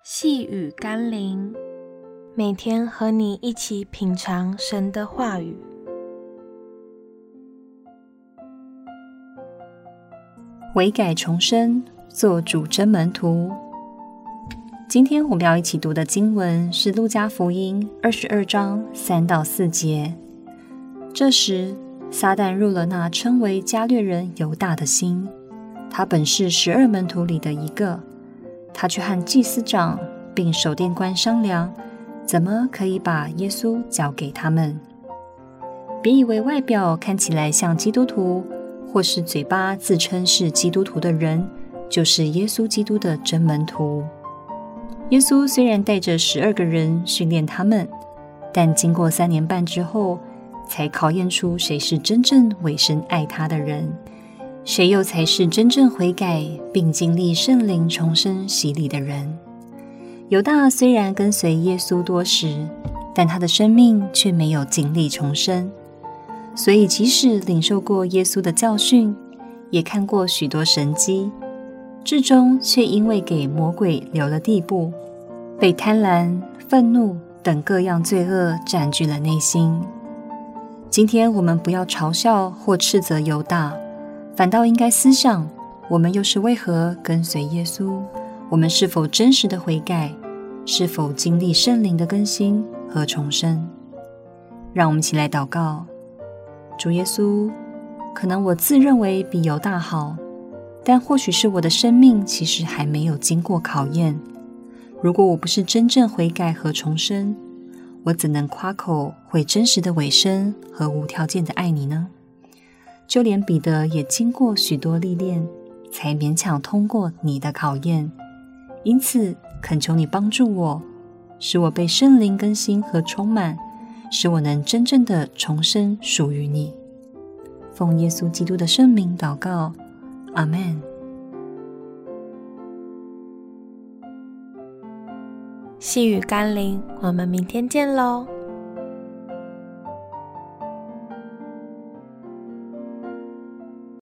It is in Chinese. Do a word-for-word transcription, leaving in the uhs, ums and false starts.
细雨甘霖，每天和你一起品尝神的话语。 悔改重生，做主真门徒。今天我们要一起读的经文是路加福音二十二章三到四节。这时，撒旦入了那称为加略人犹大的心，他本是十二门徒里的一个。他去和祭司长并守殿官商量，怎么可以把耶稣交给他们。别以为外表看起来像基督徒，或是嘴巴自称是基督徒的人，就是耶稣基督的真门徒。耶稣虽然带着十二个人训练他们，但经过三年半之后，才考验出谁是真正委身爱他的人，谁又才是真正悔改并经历圣灵重生洗礼的人。犹大虽然跟随耶稣多时，但他的生命却没有经历重生，所以即使领受过耶稣的教训，也看过许多神迹，至终却因为给魔鬼留了地步，被贪婪、愤怒等各样罪恶占据了内心。今天我们不要嘲笑或斥责犹大，反倒应该思想，我们又是为何跟随耶稣？我们是否真实的悔改？是否经历圣灵的更新和重生？让我们一起来祷告。主耶稣，可能我自认为比犹大好，但或许是我的生命其实还没有经过考验。如果我不是真正悔改和重生，我怎能夸口会真实的委身和无条件的爱你呢？就连彼得也经过许多历练，才勉强通过你的考验。因此，恳求你帮助我，使我被圣灵更新和充满，使我能真正的重生属于你。奉耶稣基督的圣名祷告，阿们。 细雨甘霖，我们明天见喽。